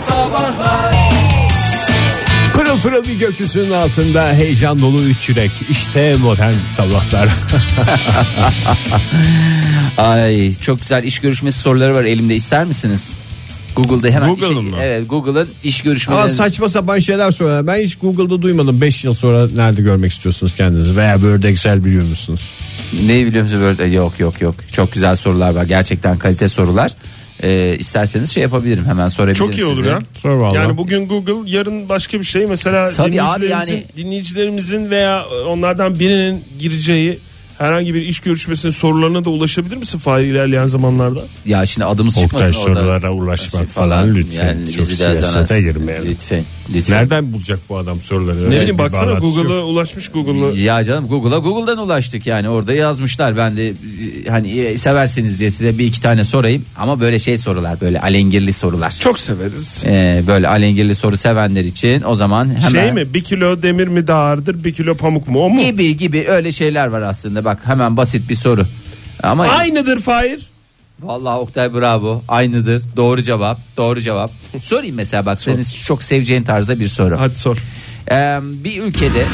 Sabahlar. Pırıl pırıl bir gökyüzünün altında heyecan dolu 3 yürek. İşte modern sabahlar. Ay çok güzel iş görüşmesi soruları var elimde, ister misiniz? Google'da hemen Google'ın mı? Evet, Google'ın iş görüşmeleri. Ama saçma sapan şeyler soruyorlar. Ben hiç Google'da duymadım. 5 yıl sonra nerede görmek istiyorsunuz kendinizi? Veya Word, Excel biliyor musunuz? Ne biliyor musunuz? Yok. Çok güzel sorular var. Gerçekten kalite sorular. İsterseniz şey yapabilirim, hemen sorabilirim. Çok iyi olur size. ya. Sor vallahi. Yani bugün Google, yarın başka bir şey. Mesela Tabii abi, yani dinleyicilerimizin veya onlardan birinin gireceği herhangi bir iş görüşmesinin sorularına da ulaşabilir misin Fahir ilerleyen zamanlarda? ya şimdi adımız Oktay çıkmasın orada. sorulara ulaşmak falan lütfen. Yani Çok bizi de siyasete girmeyelim. Lütfen. Nereden bulacak bu adam soruları? Ne bileyim, Bir baksana bağlantısı Google'a yok. ulaşmış Google'a. Ya canım, Google'dan ulaştık yani, orada yazmışlar. Ben de hani severseniz diye size bir iki tane sorayım, ama böyle şey sorular, böyle alengirli sorular. Çok severiz. Böyle alengirli soru sevenler için o zaman hemen. Şey mi, 1 kilo demir mi daha ağırdır, 1 kilo pamuk mu, o mu? Gibi öyle şeyler var aslında. Bak hemen basit bir soru. Ama Aynıdır Fahir. vallahi Oktay bravo. Aynıdır. Doğru cevap. Sorayım mesela, bak senin çok seveceğin tarzda bir soru. Hadi sor. Bir ülkede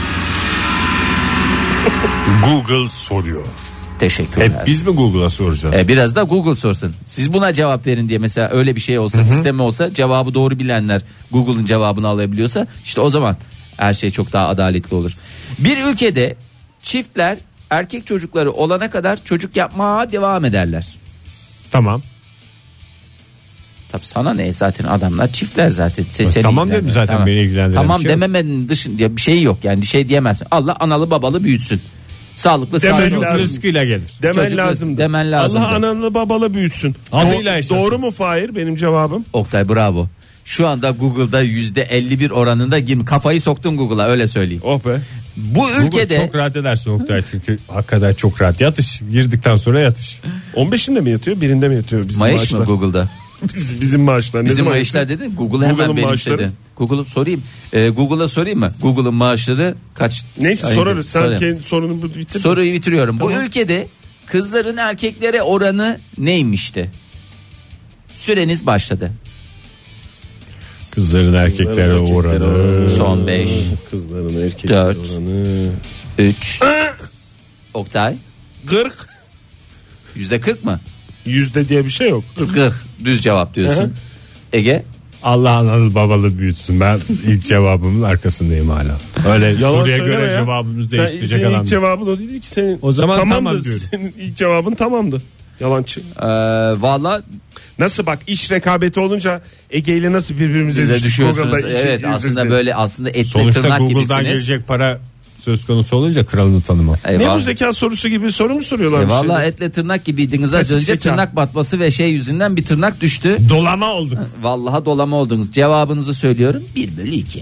Google soruyor. teşekkürler. Hep biz mi Google'a soracağız? Biraz da Google sorsun. Siz buna cevap verin diye mesela, öyle bir şey olsa, sistemi olsa, cevabı doğru bilenler Google'ın cevabını alabiliyorsa, işte o zaman her şey çok daha adaletli olur. Bir ülkede çiftler erkek çocukları olana kadar çocuk yapmaya devam ederler. Tamam. Tabii sana ne, zaten adamlar çiftler zaten. Seni Tamam ilgilendirir. dedim zaten, beni ilgilendiren Tamam bir şey yok. dememenin dışında bir şey yok yani, bir şey diyemezsin. Allah analı babalı büyütsün. Sağlıklı Demen sağlıklı. lazım. Rızkıyla gelir. Demen Çocuk- lazımdı. demen lazımdı. Allah analı babalı büyütsün. Adıyla yaşasın. Doğru mu Fahir, benim cevabım? Oktay bravo. Şu anda Google'da %51 oranında kafayı soktun Google'a, öyle söyleyeyim. Oh be. Bu Google ülkede çok rahat edersin Oktay, çünkü hakikaten çok rahat. Yatış, girdikten sonra yatış. 15'inde mi yatıyor, birinde mi yatıyor bizim Mayış mı maaşlar? Google'da? Bizim maaşlar. Ne Bizim zaman maaşlar yatıyor? dedin. Google'ı hemen Google'ın maaşları. benimsedi. Google'ı sorayım. Google'a sorayım mı? Google'ın maaşları kaç? Neyse Ay, sorarız. Sen sorayım. kendi sorunu bitir. Soruyu bitiriyorum. Bu ülkede kızların erkeklere oranı neymişti? Süreniz başladı. Kızların erkeklere oranı. Son 5, Kızların erkekler 4, oranı 3. Oktay 40. %40 mı? Yüzde diye bir şey yok. 40. Düz cevap diyorsun. Hı. Ege Allah analı babalı büyütsün. Ben ilk cevabımın arkasındayım hala. Öyle Yalan soruya söyleme göre ya. cevabımız değiştirecek Senin adam. ilk cevabın o değil ki senin. O zaman tamamdı. tamam diyorum. Senin ilk cevabın tamamdı. Yalancı. valla Nasıl bak, iş rekabeti olunca Ege ile nasıl birbirimize siz de düştük. düşüyorsunuz. Google'da işi Evet, aslında yüzüzde. böyle aslında etle Sonuçta tırnak Google'dan gibisiniz. gelecek para söz konusu olunca kralını tanımam. Ne bu zeka sorusu gibi soru mu soruyorlar? bir Valla şeyde? etle tırnak gibiydiniz. Az Açık önce zeka. tırnak batması ve şey yüzünden bir tırnak düştü. Dolama oldu. Vallahi dolama oldunuz. Cevabınızı söylüyorum. 1/2.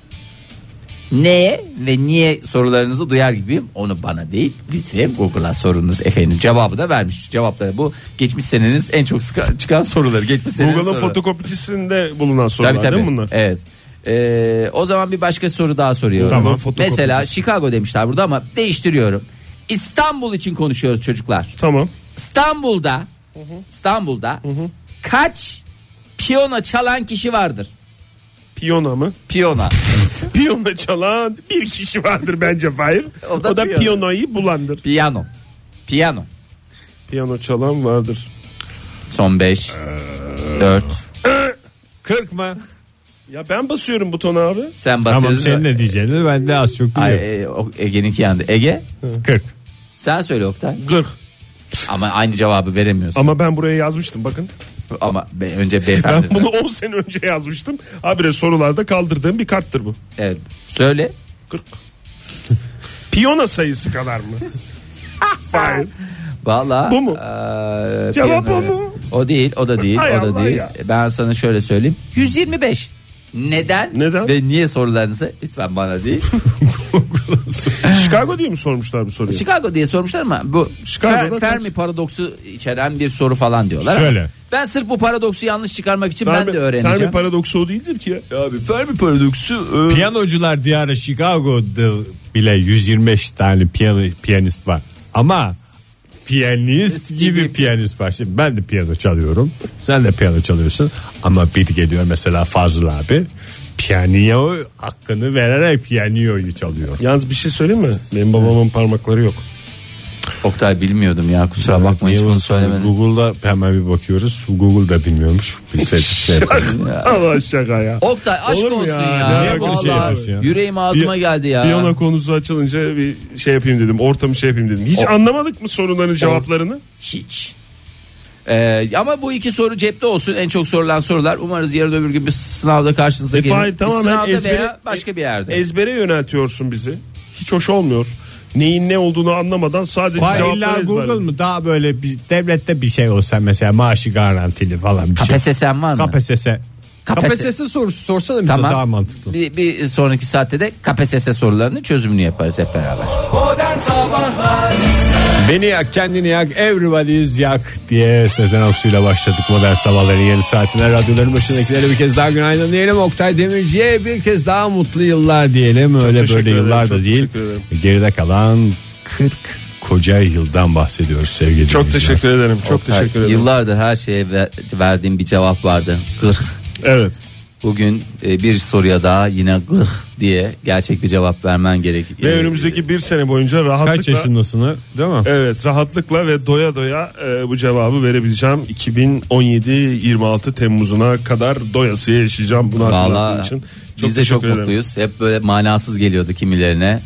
Neye ve niye sorularınızı duyar gibiyim. Onu bana değil, lütfen Google'a sorunuz efendim. Cevabı da vermiş. Cevapları bu. Geçmiş seneniz en çok çıkan soruları. Geçmiş senenin Google'ın soruları. fotokopicisinde bulunan sorular Tabii. değil mi bunlar? Evet. O zaman bir başka soru daha soruyorum. Tamam, fotokopisi. Mesela Chicago demişler burada, ama değiştiriyorum. İstanbul için konuşuyoruz çocuklar. Tamam. İstanbul'da kaç piyano çalan kişi vardır? Piyona mı? Piyona. Piyano çalan bir kişi vardır bence Fahir. O O da da piyano. piyanoyu bulandır. Piyano. Piyano çalan vardır. Son 5, 4. 40 mı? Ya ben basıyorum butona abi. Sen Tamam, basıyorsun. senin ne diyeceğini ben de az çok biliyorum. Ege'ninki yandı. Ege 40. sen söyle Oktay. 40. Ama aynı cevabı veremiyorsun. Ama ben buraya yazmıştım bakın. Ama önce Ben beyefendi. bunu 10 sene önce yazmıştım. Habire sorularda kaldırdığım bir karttır bu. Evet. Söyle. 40. Piyano sayısı kadar mı? Hayır. Vallahi. Bu mu? Cevap piyano- o mu? O değil, o da değil, Hay o da Allah değil. ya. Ben sana şöyle söyleyeyim. 125. Neden? Neden? Ve niye sorularınızı lütfen bana değil. Chicago diye mi sormuşlar bu soruyu? Chicago diye sormuşlar ama bu Chicago'da Fermi kaç? paradoksu içeren bir soru falan diyorlar. Şöyle. Ama ben sırf bu paradoksu yanlış çıkarmak için ben de öğreneceğim. Fermi paradoksu o değildir ki ya. Abi Fermi paradoksu Piyanocular diyarı Chicago'da bile 125 tane piyanist var. Ama piyanist gibi piyanist var. Şimdi ben de piyano çalıyorum. Sen de piyano çalıyorsun. Ama biri geliyor mesela Fazıl abi. Piyano hakkını vererek piyanoyu çalıyor. Yalnız bir şey söyleyeyim mi? Benim babamın parmakları yok. Oktay bilmiyordum ya, kusura bakma hiç bunu söylemedim. Google'da hemen bir bakıyoruz. Google da bilmiyormuş. Allah şaka ya. Oktay aşk Olur mu olsun ya? ya. Niye böyle şey Vallahi yapıyorsun ya? yüreğim ağzıma geldi ya. Piyano konusu açılınca bir şey yapayım dedim. Ortamı şey yapayım dedim. Hiç anlamadık mı soruların cevaplarını? Hiç. Ama bu iki soru cepte olsun, en çok sorulan sorular. Umarız yarın öbür gün bir sınavda karşınıza gelir. Hayır, tamamen Sınavda veya başka bir yerde. Ezbere yöneltiyorsun bizi. Hiç hoş olmuyor. Neyin ne olduğunu anlamadan sadece cevapları İlla Google ezberle. mu? Daha böyle bir devlette bir şey olsa mesela maaşı garantili falan bir şey. KPSS'm var mı? KPSS sorusu sorsana bize Tamam. daha mantıklı. Bir sonraki saatte de KPSS sorularının çözümünü yaparız hep beraber. Beni yak, kendini yak, everybody's yak diye Sezen Aksu'yla başladık modern sabahların yeni saatine. Radyoların başındakilere bir kez daha günaydın diyelim. Oktay Demirci'ye bir kez daha mutlu yıllar diyelim. Öyle böyle yıllar da değil. Geride kalan 40 koca yıldan bahsediyoruz sevgili Çok dinleyiciler. teşekkür ederim. Çok Oktay, teşekkür ederim. Yıllardır her şeye verdiğim bir cevap vardı. Gırh. Evet. Bugün bir soruya daha yine gırh diye gerçek bir cevap vermen gerek. Ve önümüzdeki bir sene boyunca rahatlıkla. Kaç yaşındasın değil mi? Evet, rahatlıkla ve doya doya bu cevabı verebileceğim. 2017 26 Temmuz'una kadar doyasıya yaşayacağım bunu hatırlattığım Vallahi için. biz de çok mutluyuz. Hep böyle manasız geliyordu kimilerine.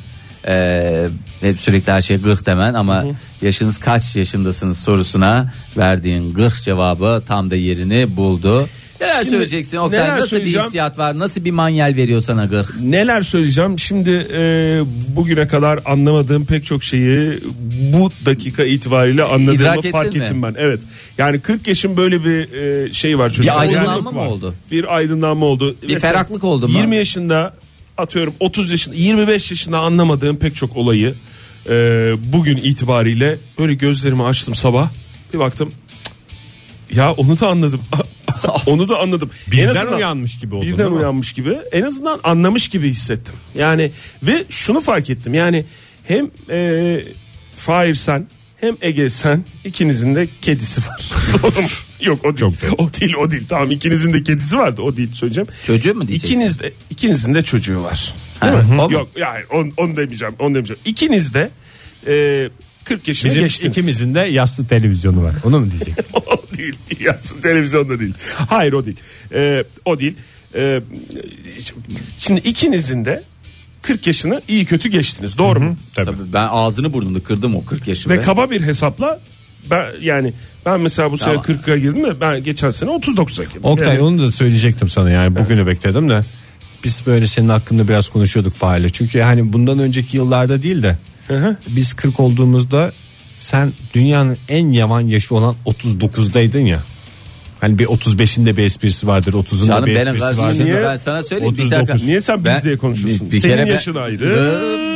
Hep sürekli her şey gırh demen ama yaşınız kaç yaşındasınız sorusuna verdiğin gırh cevabı tam da yerini buldu. Neler Şimdi, söyleyeceksin Oktay? neler Nasıl bir söyleyeceğim? hissiyat var? Nasıl bir manyel veriyor sana gırh? Neler söyleyeceğim? Şimdi bugüne kadar anlamadığım pek çok şeyi bu dakika itibariyle İdrak anladığımı ettin fark mi? ettim ben. Evet. Yani 40 yaşın böyle bir şey var çocuk. Bir aydınlanma Uyanıklık mı var. oldu? Bir aydınlanma oldu. Bir ferahlık oldu mu? 20 yaşında atıyorum 30 yaşında 25 yaşında anlamadığım pek çok olayı bugün itibariyle böyle gözlerimi açtım sabah bir baktım ya onu da anladım. Onu da anladım. Birden uyanmış gibi oldu. Birden uyanmış gibi. En azından anlamış gibi hissettim. Yani ve şunu fark ettim. Yani hem Fahir sen hem Ege sen ikinizin de kedisi var. Yok o değil. O değil. Tamam ikinizin de kedisi vardı. O değil söyleyeceğim. Çocuğu mu diyeceksin? İkinizin de çocuğu var. Ha, Değil mi? o mu? Yok yani onu demeyeceğim. İkiniz de 40 yaşına Bizim geçtiniz. ikimizin de yaslı televizyonu var. Onu mu diyecek? O değil. Yansın televizyonda değil. Hayır o değil. O değil. Şimdi ikinizin de 40 yaşını iyi kötü geçtiniz. Doğru mu? Tabii ben ağzını burnunu kırdım o 40 yaşında. Ve kaba bir hesapla ben mesela bu sene Tamam. 40'a girdim de ben geçen sene 39'a girdim. Oktay Yani- onu da söyleyecektim sana yani bugünü bekledim de. Biz böyle senin hakkında biraz konuşuyorduk Fahir'le. Çünkü hani bundan önceki yıllarda değil de Hı. biz 40 olduğumuzda sen dünyanın en yavan yaşı olan 39'daydın ya. Hani bir 35'inde bir esprisi vardır, 30'unda Canım bir benim esprisi vardır. Niye? ben sana söyleyeyim. 39. Niye sen biz diye konuşuyorsun? Bir Senin kere yaşın ayrı.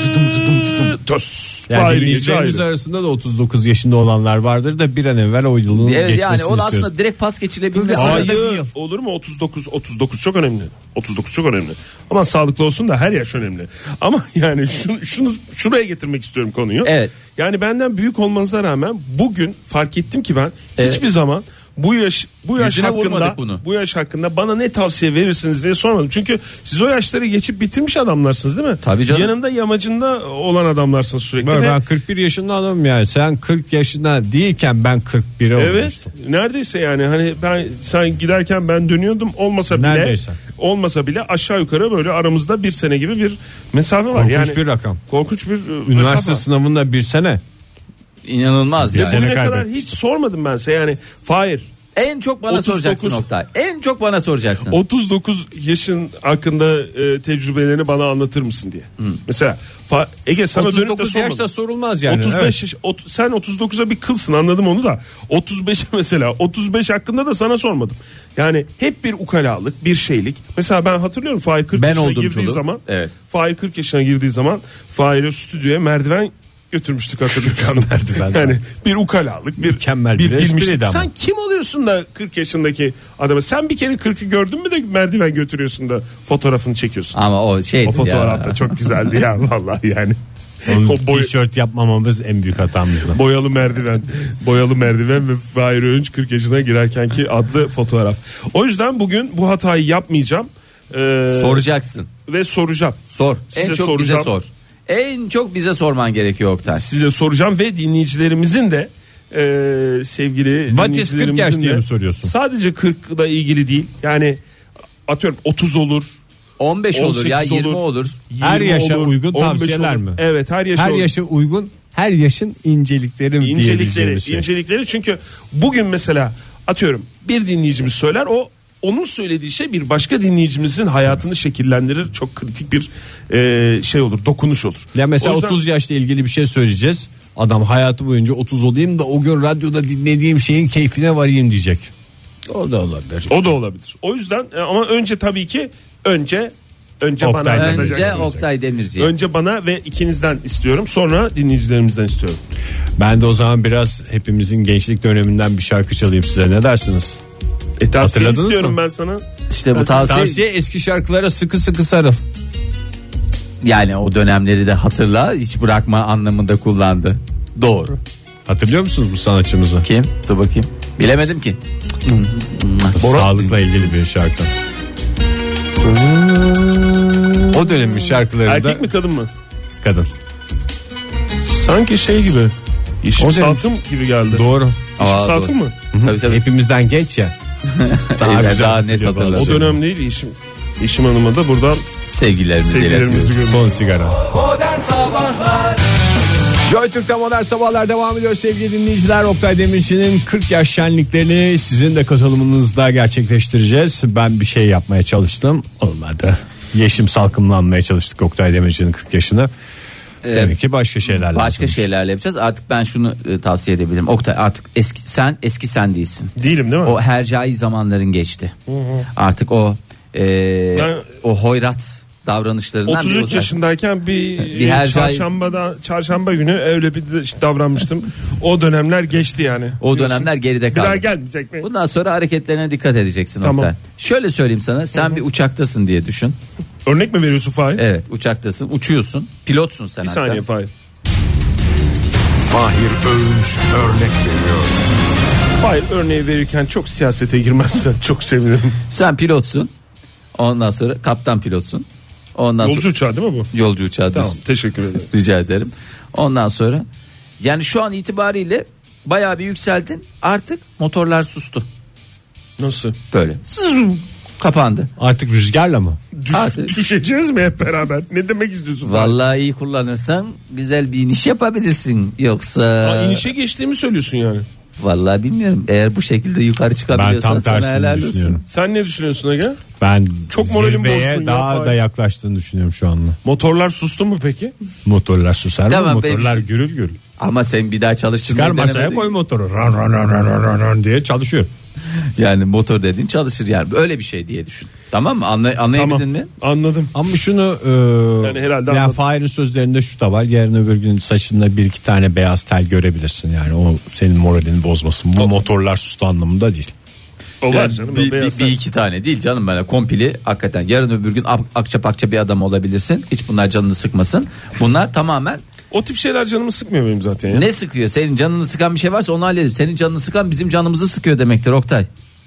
Tos. Yani Fahir'in yaşı dinleyicilerimiz ayrı. arasında da 39 yaşında olanlar vardır da bir an evvel o yılın Evet geçmesini yani o da istiyoruz. aslında direkt pas geçilebilmesi. Hayır. Hayır, olur mu 39 çok önemli. 39 çok önemli. Ama sağlıklı olsun da her yaş önemli. Ama yani şuraya getirmek istiyorum konuyu. Evet. Yani benden büyük olmanıza rağmen bugün fark ettim ki ben hiçbir zaman bu yaş Yüzüne vurmadık hakkında bunu. bu yaş hakkında bana ne tavsiye verirsiniz diye sormadım. Çünkü siz o yaşları geçip bitirmiş adamlarsınız değil mi? Tabii canım. Yanında yamacında olan adamlarsınız sürekli. Böyle Ve- ben 41 yaşında adamım yani. Sen 40 yaşında değilken ben 41'e Evet. olmuştum. Neredeyse yani hani sen giderken ben dönüyordum Neredeyse. olmasa bile aşağı yukarı böyle aramızda bir sene gibi bir mesafe var. Korkunç Yani bir rakam. korkunç bir Üniversite mesafe var. sınavında bir sene. İnanılmaz Bir yani. sene Bugüne kadar kaybetmiş. hiç sormadım ben size yani Fahir En çok bana 39. soracaksın Oktay. En çok bana soracaksın. 39 yaşın hakkında tecrübelerini bana anlatır mısın diye. Mesela Ege sana dönüp de 39 sormadım. yaşta sorulmaz yani. 35 Evet. yaş, sen 39'a bir kılsın anladım onu da 35'e mesela 35 hakkında da sana sormadım. Yani hep bir ukalalık bir şeylik. Mesela ben hatırlıyorum Fahir 40 Ben yaşına oldum girdiği çoluk. zaman Evet. Fahir 40 yaşına girdiği zaman Fahir'i stüdyoya merdiven götürmüştük hatırlıyorsun. Merdiven. Yani bir ukalalık bir Mükemmel bir bilmişlik. espriydi ama. Sen kim oluyorsun da 40 yaşındaki adama sen bir kere 40'ı gördün mü de merdiven götürüyorsun da fotoğrafını çekiyorsun. Ama o şeydi O fotoğrafta ya. çok güzeldi ya vallahi yani. Onu tişört yapmamamız en büyük hatamızdı. Boyalı merdiven ve Fahir Öğünç 40 yaşına girerkenki adlı fotoğraf. O yüzden bugün bu hatayı yapmayacağım. Soracaksın. Ve soracağım. Sor. Size En çok soracağım. bize sor. En çok bize sorman gerekiyor Oktay. Size soracağım ve dinleyicilerimizin de sevgili What is 40 yaş dinleyicilerimizin diye de mi soruyorsun? sadece 40 ile ilgili değil. Yani atıyorum 30 olur. 15 olur ya 18 20 olur. 20 Her yaşa olur, uygun 15 tavsiyeler olur. mi? Evet, her yaşa uygun. Yaşa uygun, her yaşın incelikleri diyebileceğimiz şey. İncelikleri çünkü bugün mesela atıyorum bir dinleyicimiz söyler, onun söylediği şey bir başka dinleyicimizin hayatını şekillendirir. Çok kritik bir şey olur, dokunuş olur. Ya mesela O yüzden- 30 yaşla ilgili bir şey söyleyeceğiz. Adam hayatı boyunca 30 olayım da o gün radyoda dinlediğim şeyin keyfine varayım diyecek. O da olabilir. O da olabilir. O yüzden ama önce tabii ki önce Oktay bana Demirci. anlatacaksınız. Önce Oktay Demirci. Önce bana ve ikinizden istiyorum. Sonra dinleyicilerimizden istiyorum. Ben de o zaman biraz hepimizin gençlik döneminden bir şarkı çalayım size, ne dersiniz? Tavsiye Hatırladınız istiyorum mı? ben sana. İşte bu Ben sana tavsiye Eski şarkılara sıkı sıkı sarıl. yani o dönemleri de hatırla, hiç bırakma anlamında kullandı. Doğru. Hatırlıyor musunuz bu sanatçımızı? Kim? Dur bakayım. Bilemedim ki. Sağlıkla ilgili bir şarkı. O dönemin şarkıları da Erkek mi kadın mı? kadın. Sanki şey gibi. Yeşim O Salkım gibi geldi. Doğru. Yeşim Aa, Salkım doğru. mı? Tabii tabii. Hepimizden genç ya. Daha net hatırlıyor hatırlar. O bazı dönem değil Yeşim Hanım'a da buradan Sevgilerimizi sevgilerimizi iletiyoruz. gönderiyoruz. Son sigara. Joy Türk'te Modern Sabahlar devam ediyor sevgili dinleyiciler. Oktay Demirci'nin 40 yaş şenliklerini sizin de katılımınızda gerçekleştireceğiz. Ben bir şey yapmaya çalıştım, olmadı. Yeşim salkımlanmaya çalıştık Oktay Demirci'nin 40 yaşını. Demek ki başka şeylerle. Başka şeylerle yapacağız. Artık ben şunu tavsiye edebilirim. Oktay, artık eski sen değilsin. Değilim değil mi? O hercai zamanların geçti. Artık o o hoyrat davranışlarından 33 yaşındayken Bir hercai- çarşamba günü öyle bir davranmıştım. O dönemler geçti yani. o dönemler geride Bir daha kaldı. gelmeyecek mi? Bundan sonra hareketlerine dikkat edeceksin Tamam. Oktay. Şöyle söyleyeyim sana, sen bir uçaktasın diye düşün. Örnek mi veriyorsun Fahir? Evet, uçaktasın, uçuyorsun, pilotsun sen. Bir hatta. saniye Fahir. Fahir Öğünç örnek veriyor. Fahir örneği verirken çok siyasete girmezsen çok sevinirim. Sen pilotsun. Ondan sonra kaptan pilotsun. Ondan Yolcu sonra uçağı değil mi bu? yolcu uçağı Tamam, diyorsun. teşekkür ederim. Rica ederim. Ondan sonra yani şu an itibariyle bayağı bir yükseldin. Artık motorlar sustu. Nasıl? Böyle kapandı. Artık rüzgarla mı? Artık- Düşeceğiz mi hep beraber? Ne demek istiyorsun? Vallahi iyi kullanırsan güzel bir iniş yapabilirsin. Yoksa İnişe geçtiğimi söylüyorsun yani. vallahi bilmiyorum. Eğer bu şekilde yukarı Ben çıkabiliyorsan tam sana tersini helal olsun. düşünüyorum. Sen ne düşünüyorsun Ege? Ben Çok moralim zirveye bozdun ya, daha Fahir. da yaklaştığını düşünüyorum şu anda. Motorlar sustu mu peki? Motorlar susar mı? Tamam, Motorlar baby. gürül gürül. Ama sen bir daha çalıştırmayı Çıkar masaya denemedin. koy motoru. Ran ran ran ran ran ran diye çalışıyor. Yani motor dediğin çalışır yani. Öyle bir şey diye düşün. Tamam mı? Anlayabildin mi? Anladım. Ama şunu Yani herhalde yani anladım. Fahir'in sözlerinde şu da var. Yarın öbür gün saçında bir iki tane beyaz tel görebilirsin. Yani o senin moralini bozmasın. Bu motorlar sustu anlamında değil. O var Yani canım. bir iki tane değil canım, böyle kompili hakikaten yarın öbür gün akça pakça bir adam olabilirsin. Hiç bunlar canını sıkmasın. Bunlar tamamen O tip şeyler canımı sıkmıyor benim zaten ya. ne sıkıyor? Senin canını sıkan bir şey varsa onu halledelim. Senin canını sıkan bizim canımızı sıkıyor demektir Oktay.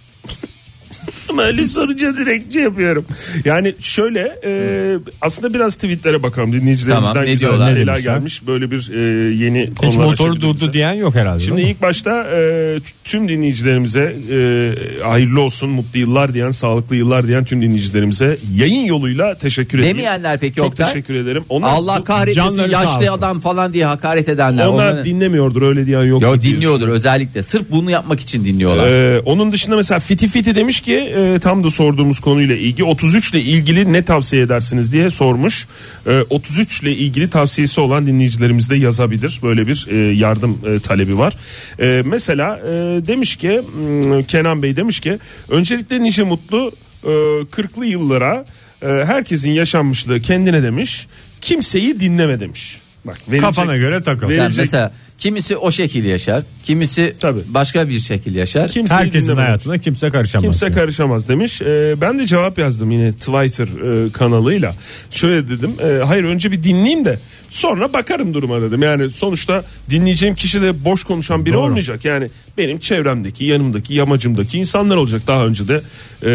Ama öyle sorunca direkt yapıyorum. Yani şöyle aslında biraz tweetlere bakalım. Dinleyicilerimizden Tamam, ne güzel diyorlar? şeyler Ne demişler? gelmiş. Böyle bir yeni Hiç konular motoru açabiliriz. durdu diyen yok herhalde. Şimdi değil mi? ilk başta tüm dinleyicilerimize hayırlı olsun, mutlu yıllar diyen, sağlıklı yıllar diyen tüm dinleyicilerimize yayın yoluyla teşekkür ederim. Demeyenler peki Çok Oktay? teşekkür ederim. Onlar, Allah kahretsin, canları sağ yaşlı olsun. adam falan diye hakaret edenler. onlar Onları- dinlemiyordur, öyle diyen yok. Yo, dinliyordur özellikle. Sırf bunu yapmak için dinliyorlar. Onun dışında mesela Fiti Fiti demiş ki tam da sorduğumuz konuyla ilgili 33 ile ilgili ne tavsiye edersiniz diye sormuş. 33 ile ilgili tavsiyesi olan dinleyicilerimiz de yazabilir. Böyle bir yardım talebi var. Mesela demiş ki Kenan Bey demiş ki öncelikle nice mutlu 40'lı yıllara herkesin yaşanmışlığı kendine demiş. Kimseyi dinleme demiş. Bak, Kafana göre takıl. Yani mesela kimisi o şekil yaşar, kimisi başka bir şekil yaşar. Herkesin hayatına kimse karışamaz. Kimse karışamaz demiş. Ben de cevap yazdım yine Twitter kanalıyla. Şöyle dedim. Hayır, önce bir dinleyeyim de sonra bakarım duruma dedim. Yani sonuçta dinleyeceğim kişi de boş konuşan biri olmayacak. Yani benim çevremdeki, yanımdaki, yamacımdaki insanlar olacak. Daha önce de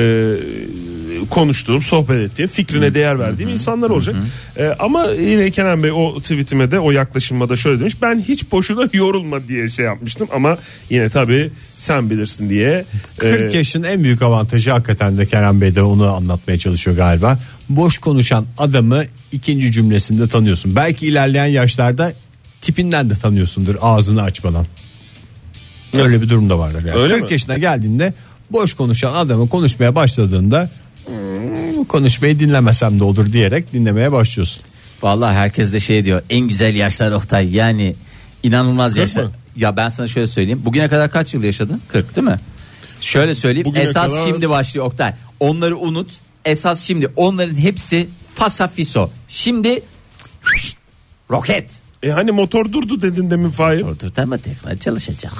konuştuğum, sohbet ettiğim, fikrine değer verdiğim insanlar olacak. Ama yine Kenan Bey o tweetime de, o yaklaşımıma da şöyle demiş. Ben hiç boşuna yorulma diye şey yapmıştım ama yine tabii sen bilirsin diye. 40 yaşın en büyük avantajı hakikaten de Kenan Bey de onu anlatmaya çalışıyor galiba. Boş konuşan adamı ikinci cümlesinde tanıyorsun. Belki ilerleyen yaşlarda tipinden de tanıyorsundur ağzını açmadan. Öyle bir durum da vardır yani. Öyle 40 mi? yaşına geldiğinde boş konuşan adamı konuşmaya başladığında bu konuşmayı dinlemesem de olur diyerek dinlemeye başlıyorsun. Vallahi herkes de şey diyor, en güzel yaşlar Oktay, yani inanılmaz yaşlar. mı? Ya ben sana şöyle söyleyeyim, bugüne kadar kaç yıl yaşadın? 40 değil mi? Şöyle söyleyeyim, Bugüne esas kadar... şimdi başlıyor Oktay. Onları unut, esas şimdi, onların hepsi fasafiso. Şimdi roket. Hani motor durdu dedin demin Fahir. Dur ama tekrar çalışacak.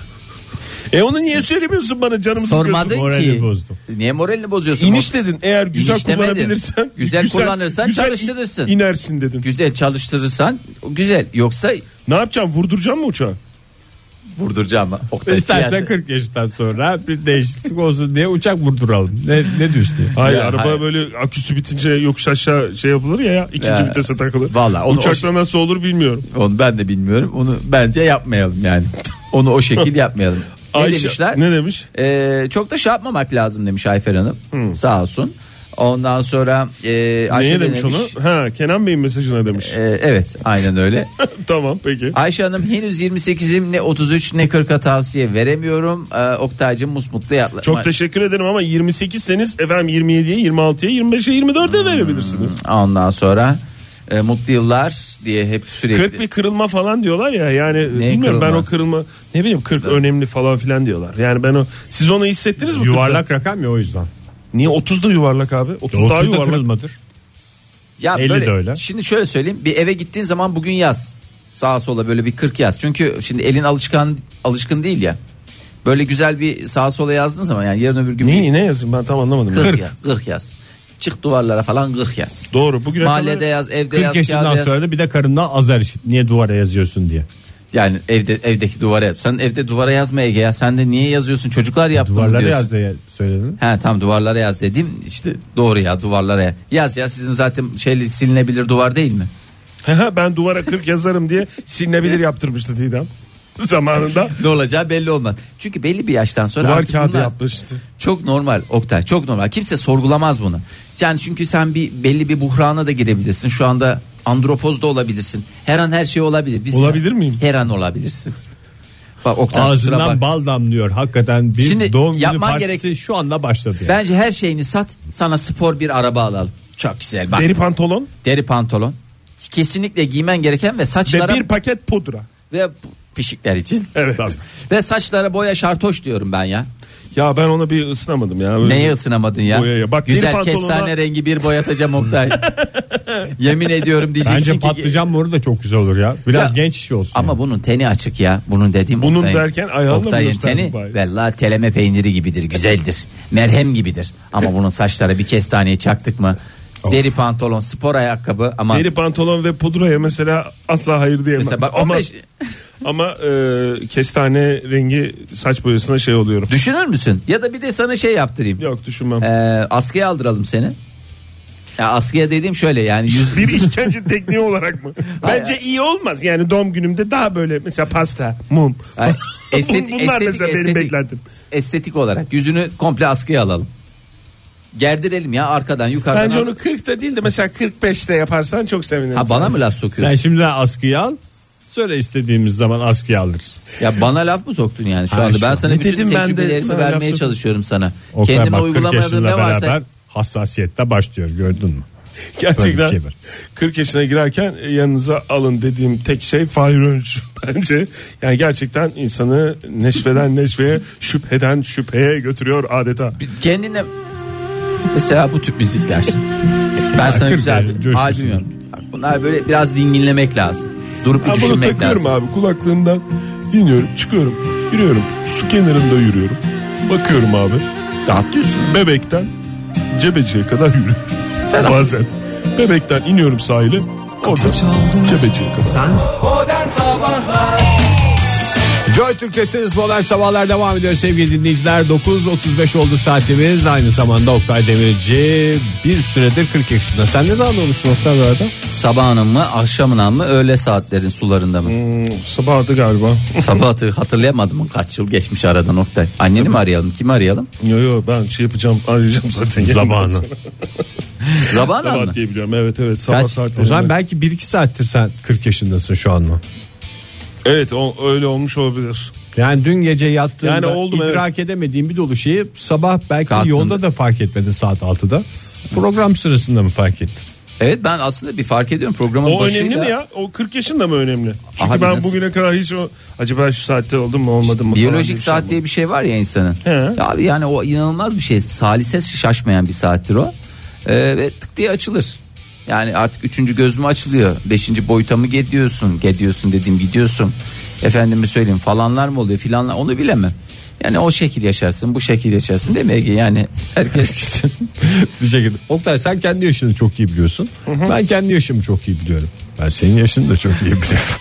Onu niye söylemiyorsun bana, canımı Sormadın sıkıyorsun? ki. Moralini bozdum. Niye moralini bozuyorsun? İniş dedin, eğer güzel İniş demedim. kullanabilirsen. Güzel kullanırsan çalıştırırsın. İnersin dedin. Güzel çalıştırırsan güzel, yoksa Ne yapacağım, vurduracağım mı uçağı? vurduracağım. İstersen 40 yaşından sonra bir değişiklik olsun diye uçak vurduralım. Ne diyorsun? Hayır, Ya, araba hayır. böyle aküsü bitince yokuş aşağı şey yapılır ya ikinci Ya, vitese takılır. vallahi onu Uçakla nasıl olur bilmiyorum. Onu ben de bilmiyorum. Onu bence yapmayalım yani. Onu o şekil yapmayalım. Ne Ayşe, demişler? ne demiş? Çok da şey yapmamak lazım demiş Ayfer Hanım. Sağ olsun. Ondan sonra Ayşe Neye de demiş onu? Ha, Kenan Bey'in mesajına demiş. Evet, aynen öyle. Tamam, peki. Ayşe Hanım, henüz 28'im, ne 33 ne 40'a tavsiye veremiyorum. Oktay'cığım musmutlu yapma. Çok teşekkür ederim ama 28'seniz efendim 27'ye, 26'ya, 25'e, 24'e verebilirsiniz. Ondan sonra mutlu yıllar diye hep sürekli. 40 bir kırılma falan diyorlar ya, yani bilmiyorum kırılmaz? ben o kırılma, ne bileyim 40 önemli falan filan diyorlar. Yani ben siz onu hissettiniz mi? Yuvarlak rakam ya, o yüzden. Niye 30 da yuvarlak abi? 30 daha 30 da yuvarlak. kırılmadır. Ya 50 böyle, de öyle. Şimdi şöyle söyleyeyim, bir eve gittiğin zaman bugün yaz. Sağa sola böyle bir 40 yaz. Çünkü şimdi elin alışkın değil ya. Böyle güzel bir sağa sola yazdığın zaman, yani yarın öbür gün Ne yazayım ben tam anlamadım. 40 yaz. Çık duvarlara falan 40 yaz. Doğru. Bugüne Mahallede kadar... yaz, evde 40 yaz, yaşından kağıda yaz. sonra da bir de karından azar işit. Niye duvara yazıyorsun diye. Yani evdeki duvara yap. Sen evde duvara yazma Ege ya. Sen de niye yazıyorsun? Çocuklar yaptı Duvarlara diyorsun. yaz diye söyledin. He tamam, duvarlara yaz dedim. İşte doğru ya, duvarlara yaz ya. Sizin zaten silinebilir duvar değil mi? Ben duvara 40 yazarım diye silinebilir yaptırmıştı Didem zamanında. Ne olacağı belli olmaz. Çünkü belli bir yaştan sonra Duvar artık kağıdı bunlar yapmıştı. çok normal Oktay, çok normal. Kimse sorgulamaz bunu. Yani çünkü sen belli bir buhrana da girebilirsin. Şu anda andropoz da olabilirsin. Her an her şey olabilir. Olabilir miyim? Her an olabilirsin. Bak Oktay, kusura Ağzından bak. bal damlıyor. Hakikaten bir Şimdi doğum günü yapman partisi şu anda başladı. Yani. Bence her şeyini sat, sana spor bir araba alalım. Çok güzel bak. Deri pantolon Deri pantolon. Kesinlikle giymen gereken ve ve saçlara bir paket pudra. ve pişikler için. Evet. Ve saçlara boya şartoş diyorum ben ya. Ya ben ona bir ısınamadım ya. Neye ısınamadın ya? Boyaya. Bak, deri güzel pantolona- kestane rengi bir boyatacağım Oktay. Yemin ediyorum diyeceksin Bence ki. patlıcan moru da çok güzel olur ya. Biraz Ya, genç işi olsun. Ama yani. bunun teni açık ya. Bunun dediğim Bunun Oktay'ın- derken ayağınla mı Oktay'ın gösterdin teni bari? vallahi teleme peyniri gibidir, güzeldir. Merhem gibidir. Ama bunun saçlara bir kestaneyi çaktık mı? Deri pantolon, spor ayakkabı ama Deri pantolon ve pudraya mesela asla hayır diyemem. mesela bak ama 15 ama kestane rengi saç boyasına şey oluyorum. düşünür müsün? Ya da bir de sana şey yaptırayım. Yok, düşünmem. Askıya aldıralım seni. Ya askıya dediğim şöyle, yani Bir işkence tekniği olarak mı? Bence iyi olmaz. Yani doğum günümde daha böyle mesela pasta, mum. Ay, Bunlar mesela benim beklentim. Estetik olarak yüzünü komple askıya alalım. Gerdirelim ya, arkadan yukarıdan. Bence onu 40'ta değil de mesela 45'te yaparsan çok sevinirim. Ha, bana mı laf Sen sokuyorsun? şimdi askıya al. Sonra istediğimiz zaman askıya alırız. Ya bana laf mı soktun yani şu Ha, anda? şu Ben an. sana Ne bütün dedim ben de tecrübelerimi sana laf vermeye soktum. çalışıyorum sana. Oktay Kendime bak 40 uygulamadığım yaşınla ne varsa. beraber hassasiyette başlıyor, gördün mü? Gerçekten Böyle bir şey var. 40 yaşına girerken yanınıza alın dediğim tek şey Fahir Öncü bence. Yani gerçekten insanı neşveden neşveye, şüpheden şüpheye götürüyor adeta. Kendine mesela bu tip müzikler. Ben sana 40 güzel yani, bir coşkusu. albüm. Bak, bunlar böyle biraz dinginlemek lazım. Durup bir Bunu düşünmek takıyorum lazım. abi, kulaklığımdan dinliyorum, çıkıyorum, yürüyorum, su kenarında yürüyorum, bakıyorum abi, Rahatlıyorsun. Bebek'ten Cebeci'ye kadar yürüyorum. Fena. Bazen Bebek'ten iniyorum sahile, orada Cebeci'ye kadar. Joy Türk'tesiniz, Modern Sabahlar devam ediyor sevgili dinleyiciler. 9.35 oldu saatimiz. Aynı zamanda Oktay Demirci bir süredir 40 yaşında. Sen ne zaman olmuşsun Oktay bu arada? Sabahın mı akşamın mı öğle saatlerin sularında mı? Sabahdı galiba. Sabahı hatırlayamadım mı? Kaç yıl geçmiş aradan Oktay. Anneni mi arayalım? Kimi arayalım? Yo ben şey yapacağım, arayacağım zaten. Zamanı. Zabanan mı? Sabah diye biliyorum, evet sabah Kaç? saatlerinde. O zaman belki 1-2 saattir sen 40 yaşındasın şu an mı? Evet öyle olmuş olabilir. Yani dün gece yattığında Yani oldu mu, idrak edemediğin bir dolu şeyi sabah belki Kalktığında. yolda da fark etmedin saat 6'da. Program sırasında mı fark ettin? Evet, ben aslında bir fark ediyorum programın O başıyla. önemli mi ya? O 40 yaşında mı önemli? Çünkü Abi ben nasıl? bugüne kadar hiç acaba şu saatte oldum mu olmadım mı? Biyolojik falan saat diye bir şey var ya insanın. He. Ya abi yani o inanılmaz bir şey. Salise şaşmayan bir saattir o. Ve tık diye açılır. Yani artık 3. göz mü açılıyor? 5. boyuta mı gidiyorsun? Dediğim gidiyorsun. Efendime söyleyeyim falanlar mı oluyor filanlar, onu bilemem. Yani o şekil yaşarsın, bu şekil yaşarsın değil mi Ege? Yani herkes Bir şekilde. Oktay sen kendi yaşını çok iyi biliyorsun. Ben kendi yaşımı çok iyi biliyorum. Ben senin yaşını da çok iyi biliyorum.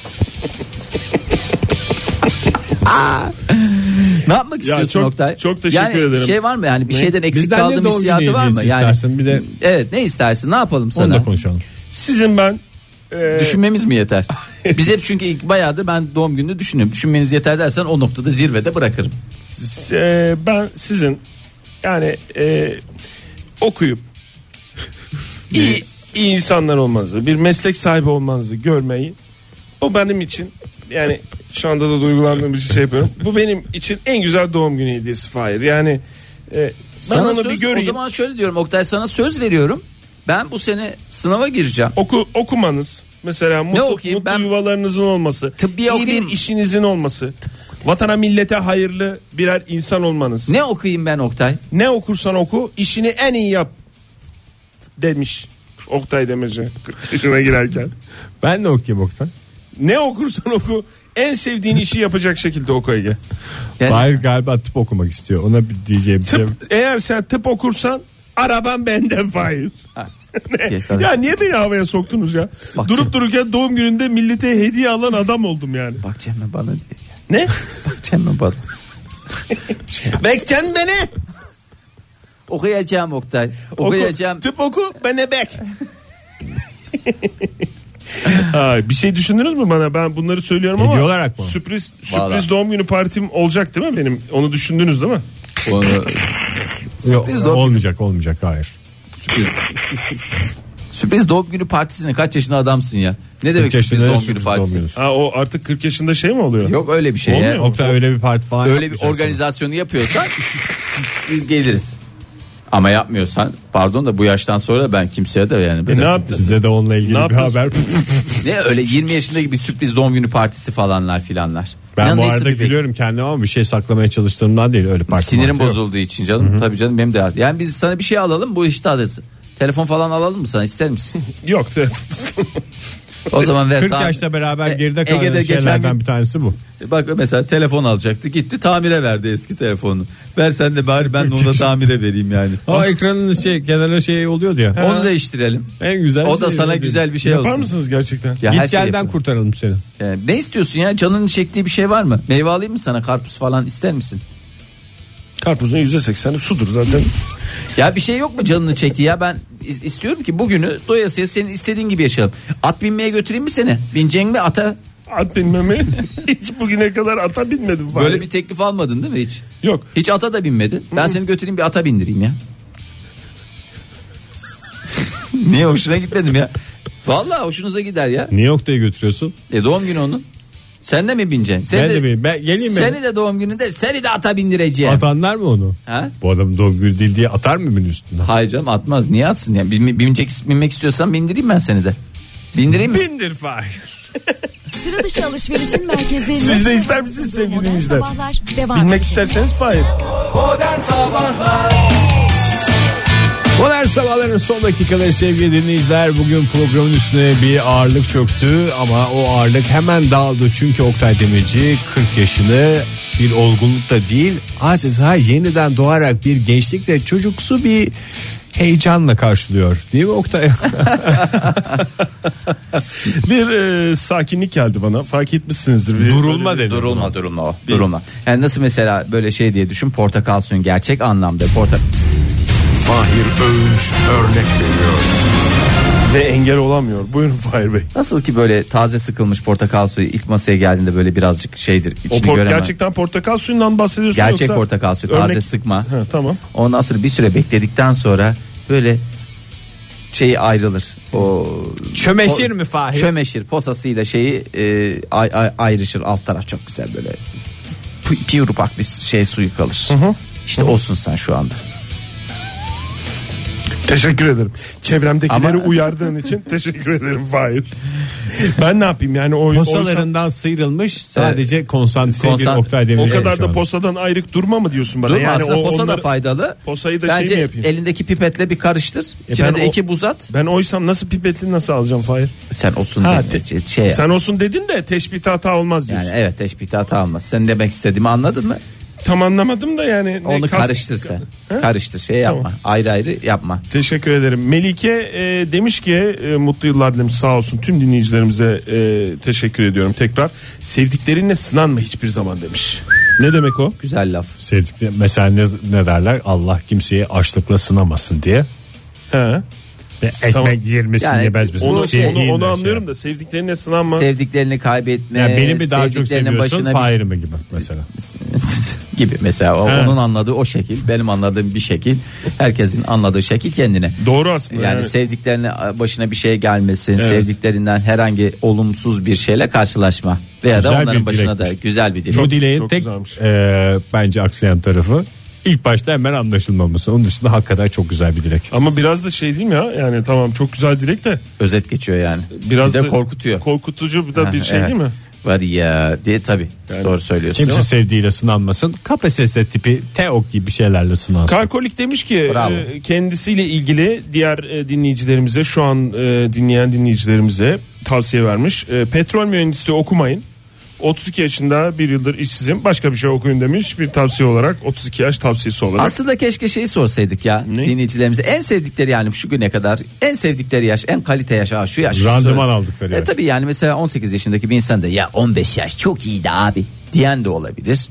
ne yapmak istiyorsun çok- Oktay? çok teşekkür ederim. Şey var mı yani bir şeyden eksik Bizden ne kaldığım doğum hissiyatı günü var mı? hediyesi Yani istersin, bir de evet, ne istersin? Ne yapalım onu sana? da konuşalım. Sizin ben Düşünmemiz mi yeter? Biz hep çünkü bayağıdır ben doğum gününü düşünüyorum. Düşünmeniz yeter dersen o noktada zirvede bırakırım. ben sizin yani okuyup iyi insanlar olmanızı, bir meslek sahibi olmanızı görmeyi, o benim için, yani şu anda da duygulandığım için şey yapıyorum. Bu benim için en güzel doğum günü hediyesi Fahir. Yani ben Sana onu söz, bir göreyim. o zaman şöyle diyorum Oktay, sana söz veriyorum. Ben bu sene sınava gireceğim. Okumanız mesela, mutlu okuyayım? Ben- yuvalarınızın olması, Tıbbiye iyi okuyayım. bir işinizin olması, vatana millete hayırlı birer insan olmanız. Ne okuyayım ben Oktay? Ne okursan oku, işini en iyi yap demiş Oktay Demirci 40 yaşına girerken. Ben de okuyayım Oktay. Ne okursan oku, en sevdiğin işi yapacak şekilde oku Ege. Yani, Hayır, galiba tıp okumak istiyor. Ona bir diyeceğim bir şey. Tıp, eğer sen tıp okursan araban benden Fahir. Yes, Ya niye beni havaya soktunuz ya? Bak Durup canım. dururken doğum gününde millete hediye alan adam oldum yani. bak Cem'e bana diye. Ne? Bak Cem'e bana. Bekçen beni. Okuyacağım Oktay. Okuyacağım. Tıp oku, bana bek. Bir şey düşündünüz mü bana? Ben bunları söylüyorum ama Hediye olarak mı? sürpriz Vallahi. doğum günü partim olacak değil mi benim? Onu düşündünüz değil mi? Onu- Yok, Sürpriz doğum- olmayacak hayır. Sürpriz doğum günü partisine kaç yaşında adamsın ya? Ne demek 40 sürpriz yaşında doğum sürpriz günü doğum partisi? günü. O artık 40 yaşında şey mi oluyor? Yok öyle bir şey Olmuyor ya. mu? Oktay öyle bir parti falan Öyle bir yapmayacaksın. organizasyonu yapıyorsan biz geliriz. Ama yapmıyorsan, pardon da bu yaştan sonra ben kimseye de yani. Ne yaptın? Bize de onunla ilgili Ne bir yapıyorsun? haber. Ne öyle 20 yaşında gibi sürpriz doğum günü partisi falanlar filanlar. Ben İnan bu neyse arada bir gülüyorum kendime ama bir şey saklamaya çalıştığımdan değil, öyle parti. Sinirim marti yok. bozulduğu için canım. Tabii canım benim de. Yani biz sana bir şey alalım, bu işte adresi. Telefon falan alalım mı sana, ister misin? Yok telefon. O zaman ver. 40 tamam. yaşta beraber geride Ege'de kalan geçen şeylerden gün- bir tanesi bu. Bak mesela telefon alacaktı, gitti tamire verdi eski telefonunu. Ver sen de bari ben de ona tamire vereyim yani. Ama ekranın kenarına şey oluyordu ya. Onu değiştirelim. En güzel O da şey sana değil. güzel bir şey Yapar olsun. mısınız gerçekten? Ya her Git şey gelden yapalım. kurtaralım seni. Yani ne istiyorsun ya? Canının çektiği bir şey var mı? Meyve alayım mı sana? Karpuz falan ister misin? Karpuzun %80'i sudur zaten. Ya bir şey yok mu canını çekti ya? Ben istiyorum ki bugünü doyasıya senin istediğin gibi yaşayalım. At binmeye götüreyim mi seni? Bineceksin mi ata? At binmemi hiç bugüne kadar ata binmedim. Fahir. Böyle bir teklif almadın değil mi hiç? Yok. Hiç ata da binmedin. Ben seni götüreyim bir ata bindireyim ya. Niye hoşuna gitmedim ya? Vallahi hoşunuza gider ya. Niye Oktay'ı götürüyorsun? Doğum günü onun. Sen de mi bineceksin? Sen Ben de bineyim. Ben geleyim mi? Seni de doğum gününde seni de ata bindireceğim. Atanlar mı onu? Ha? Bu adam doğum günü değil diye atar mı benim üstüne? Hayır canım, atmaz. Niye atsın yani? Binmek istiyorsan bindireyim ben seni de. Bindireyim mi? Bindir Fahir. Sıra dışı alışverişin merkezi. Siz de ister misiniz sevgili Modern dinleyiciler? Sabahlar devam Bilmek edecek. isterseniz Fahir. Modern Sabahların son dakikaları sevgili dinleyiciler. Bugün programın üstüne bir ağırlık çöktü ama o ağırlık hemen dağıldı. Çünkü Oktay Demirci 40 yaşını bir olgunlukta değil, adeta yeniden doğarak bir gençlikle çocuksu bir heyecanla karşılıyor. Değil mi Oktay? Bir sakinlik geldi bana. Fark etmişsinizdir. Durulma dedi. Durulma. Yani nasıl mesela böyle şey diye düşün, portakal suyun gerçek anlamda Fahir Öğünç örnek veriyor. Ve engel olamıyor. Buyurun Fahir Bey. nasıl ki böyle taze sıkılmış portakal suyu ilk masaya geldiğinde böyle birazcık şeydir, içini göremem. Gerçekten portakal suyundan bahsediyorsun Gerçek yoksa portakal suyu, taze sıkma. Ha, tamam. Ondan sonra bir süre bekledikten sonra böyle şeyi ayrılır. O Çömeşir mi Fahir? Çömeşir posasıyla şeyi ayrışır, alt taraf çok güzel böyle pirupak bir şey suyu kalır. İşte olsun sen şu anda. Teşekkür ederim. Çevremdekileri Ama- uyardığın için teşekkür ederim Fahir. Ben ne yapayım yani Posalarından sıyrılmış sadece konsantre bir Konsant- Oktay o Demirci. kadar şu da anda. posadan ayrık durma mı diyorsun bana? Durma, Yani aslında posa da onları- faydalı. Posayı da Bence şey mi yapayım? elindeki pipetle bir karıştır. İçine ben de o- 2 buz at. Ben oysam nasıl pipetini nasıl alacağım Fahir? Sen olsun Ha, deme. Şey Sen olsun dedin de teşbih hata olmaz diyorsun. yani evet, teşbihte hata almaz. Sen demek istediğimi anladın mı? Tam anlamadım da yani. Onu karıştır sen. Ha? Karıştır, şey yapma. Tamam. Ayrı ayrı yapma. Teşekkür ederim. Melike demiş ki mutlu yıllar demiş, sağ olsun tüm dinleyicilerimize teşekkür ediyorum tekrar. Sevdiklerinle sınanma hiçbir zaman demiş. Ne demek o? Güzel laf. Sevdikleri mesela ne derler? Allah kimseyi açlıkla sınamasın diye. He. Ve Tamam. ekmek yirmesini Yani yemez misin? Onu, Sevdiğinle onu şey. anlıyorum da sevdiklerine sınanma. Sevdiklerini kaybetme. Yani beni mi daha çok sevdiklerinin seviyorsun başına Fahir'i mi gibi mesela? gibi mesela He. onun anladığı o şekil, benim anladığım bir şekil, herkesin anladığı şekil kendine. Doğru aslında. Yani sevdiklerine başına bir şey gelmesin, sevdiklerinden herhangi olumsuz bir şeyle karşılaşma veya da Güzel onların bir başına da dilekmiş. güzel bir dilek. Bu dileğin çok tek güzelmiş. bence aksayan tarafı ilk başta hemen anlaşılmaması. Onun dışında hakikaten çok güzel bir dilek. Ama biraz da şey değil mi ya? Yani tamam çok güzel dilek de Özet geçiyor yani. biraz bir de da korkutuyor. Korkutucu da bir şey Evet. değil mi? Var ya diye tabii. Doğru söylüyorsun. Kimse sevdiğiyle sınanmasın. KPSS tipi TEOK gibi şeylerle sınansın. Karkolik demiş ki Bravo. kendisiyle ilgili diğer dinleyicilerimize, şu an dinleyen dinleyicilerimize tavsiye vermiş. Petrol mühendisliği okumayın. 32 yaşında, bir yıldır işsizim, başka bir şey okuyun demiş, bir tavsiye olarak, 32 yaş tavsiyesi olarak. Aslında keşke şeyi sorsaydık ya Ne? dinleyicilerimize, en sevdikleri yani şu güne kadar en sevdikleri yaş, en kalite yaş, şu yaş. Randıman aldıkları yaş. Tabii yani mesela 18 yaşındaki bir insan da ya 15 yaş çok iyiydi abi diyen de olabilir.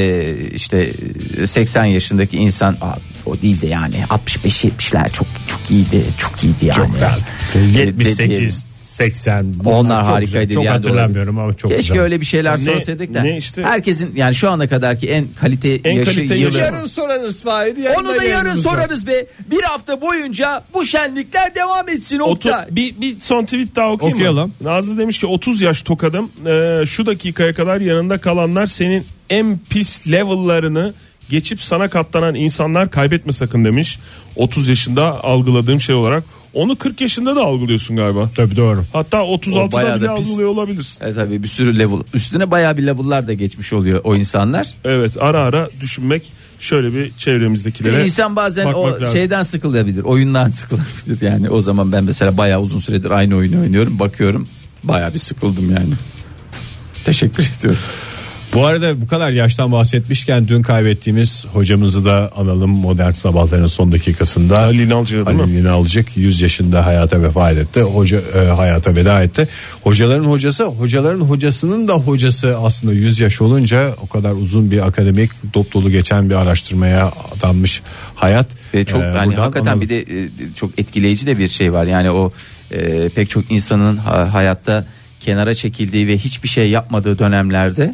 İşte 80 yaşındaki insan o değil de yani 65-70'ler çok iyiydi, çok iyiydi yani. Çok rahat. De- 78 80 Onlar çok harikaydı güzel. Çok diyen de hatırlamıyorum olabilir. ama çok Keşke güzel. öyle bir şeyler Ne- sorsaydık da. ne işte? Herkesin yani şu ana kadarki en kalite yaşı kalite yılı. yaşı. Yarın sorarız Fahir. Onu da yarın sorarız be. Bir hafta boyunca bu şenlikler devam etsin Oktay. Bir son tweet daha okuyayım Okuyalım. mı? Nazlı demiş ki 30 yaş tokadım. Şu dakikaya kadar yanında kalanlar senin en pis level'larını geçip sana katlanan insanlar, kaybetme sakın demiş. 30 yaşında algıladığım şey olarak. Onu 40 yaşında da algılıyorsun galiba. Tabii doğru. Hatta O 36'da bayağı bile da pis. algılıyor olabilirsin. Tabii bir sürü level. Üstüne bayağı bir level'lar da geçmiş oluyor o insanlar. Evet, ara ara düşünmek, şöyle bir çevremizdekilere İnsan bazen bakmak o lazım. şeyden sıkılabilir. Oyundan sıkılabilir. Yani o zaman ben mesela bayağı uzun süredir aynı oyunu oynuyorum. Bakıyorum bayağı bir sıkıldım yani. Teşekkür ediyorum. Bu arada bu kadar yaştan bahsetmişken dün kaybettiğimiz hocamızı da analım modern sabahların son dakikasında. Halil İnalcı'ya değil mi? Halil İnalcık 100 yaşında hayata vefat etti. Hoca hayata veda etti. Hocaların hocası, hocaların hocasının da hocası aslında 100 yaş olunca o kadar uzun bir akademik dop dolu geçen bir araştırmaya adanmış hayat. Ve çok yani Buradan hakikaten analım. bir de çok etkileyici de bir şey var. Yani o pek çok insanın hayatta kenara çekildiği ve hiçbir şey yapmadığı dönemlerde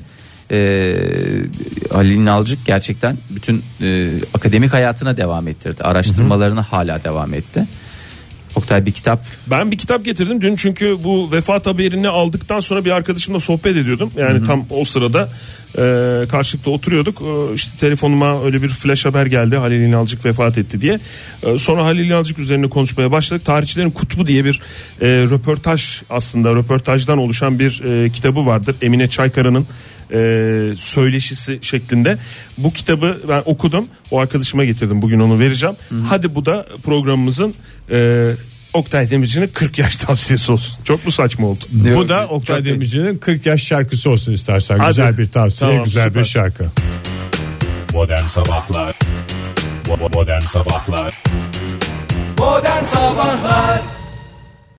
Halil İnalcık gerçekten bütün akademik hayatına devam ettirdi. Araştırmalarına hala devam etti. Oktay bir kitap. Ben bir kitap getirdim dün, çünkü bu vefat haberini aldıktan sonra bir arkadaşımla sohbet ediyordum. Yani tam o sırada karşılıklı oturuyorduk. İşte telefonuma öyle bir flash haber geldi, Halil İnalcık vefat etti diye. Sonra Halil İnalcık üzerine konuşmaya başladık. Tarihçilerin Kutbu diye bir röportaj, aslında röportajdan oluşan bir kitabı vardır. Emine Çaykara'nın söyleşisi şeklinde. Bu kitabı ben okudum. O arkadaşıma getirdim. Bugün onu vereceğim. Hadi bu da programımızın Oktay Demirci'nin 40 yaş tavsiyesi olsun. Çok mu saçma oldu? Bu da Oktay Demirci'nin 40 yaş şarkısı olsun istersen. Hadi. Güzel bir tavsiye, Tamam, güzel süper. bir şarkı. Modern Sabahlar. Modern Sabahlar. Modern Sabahlar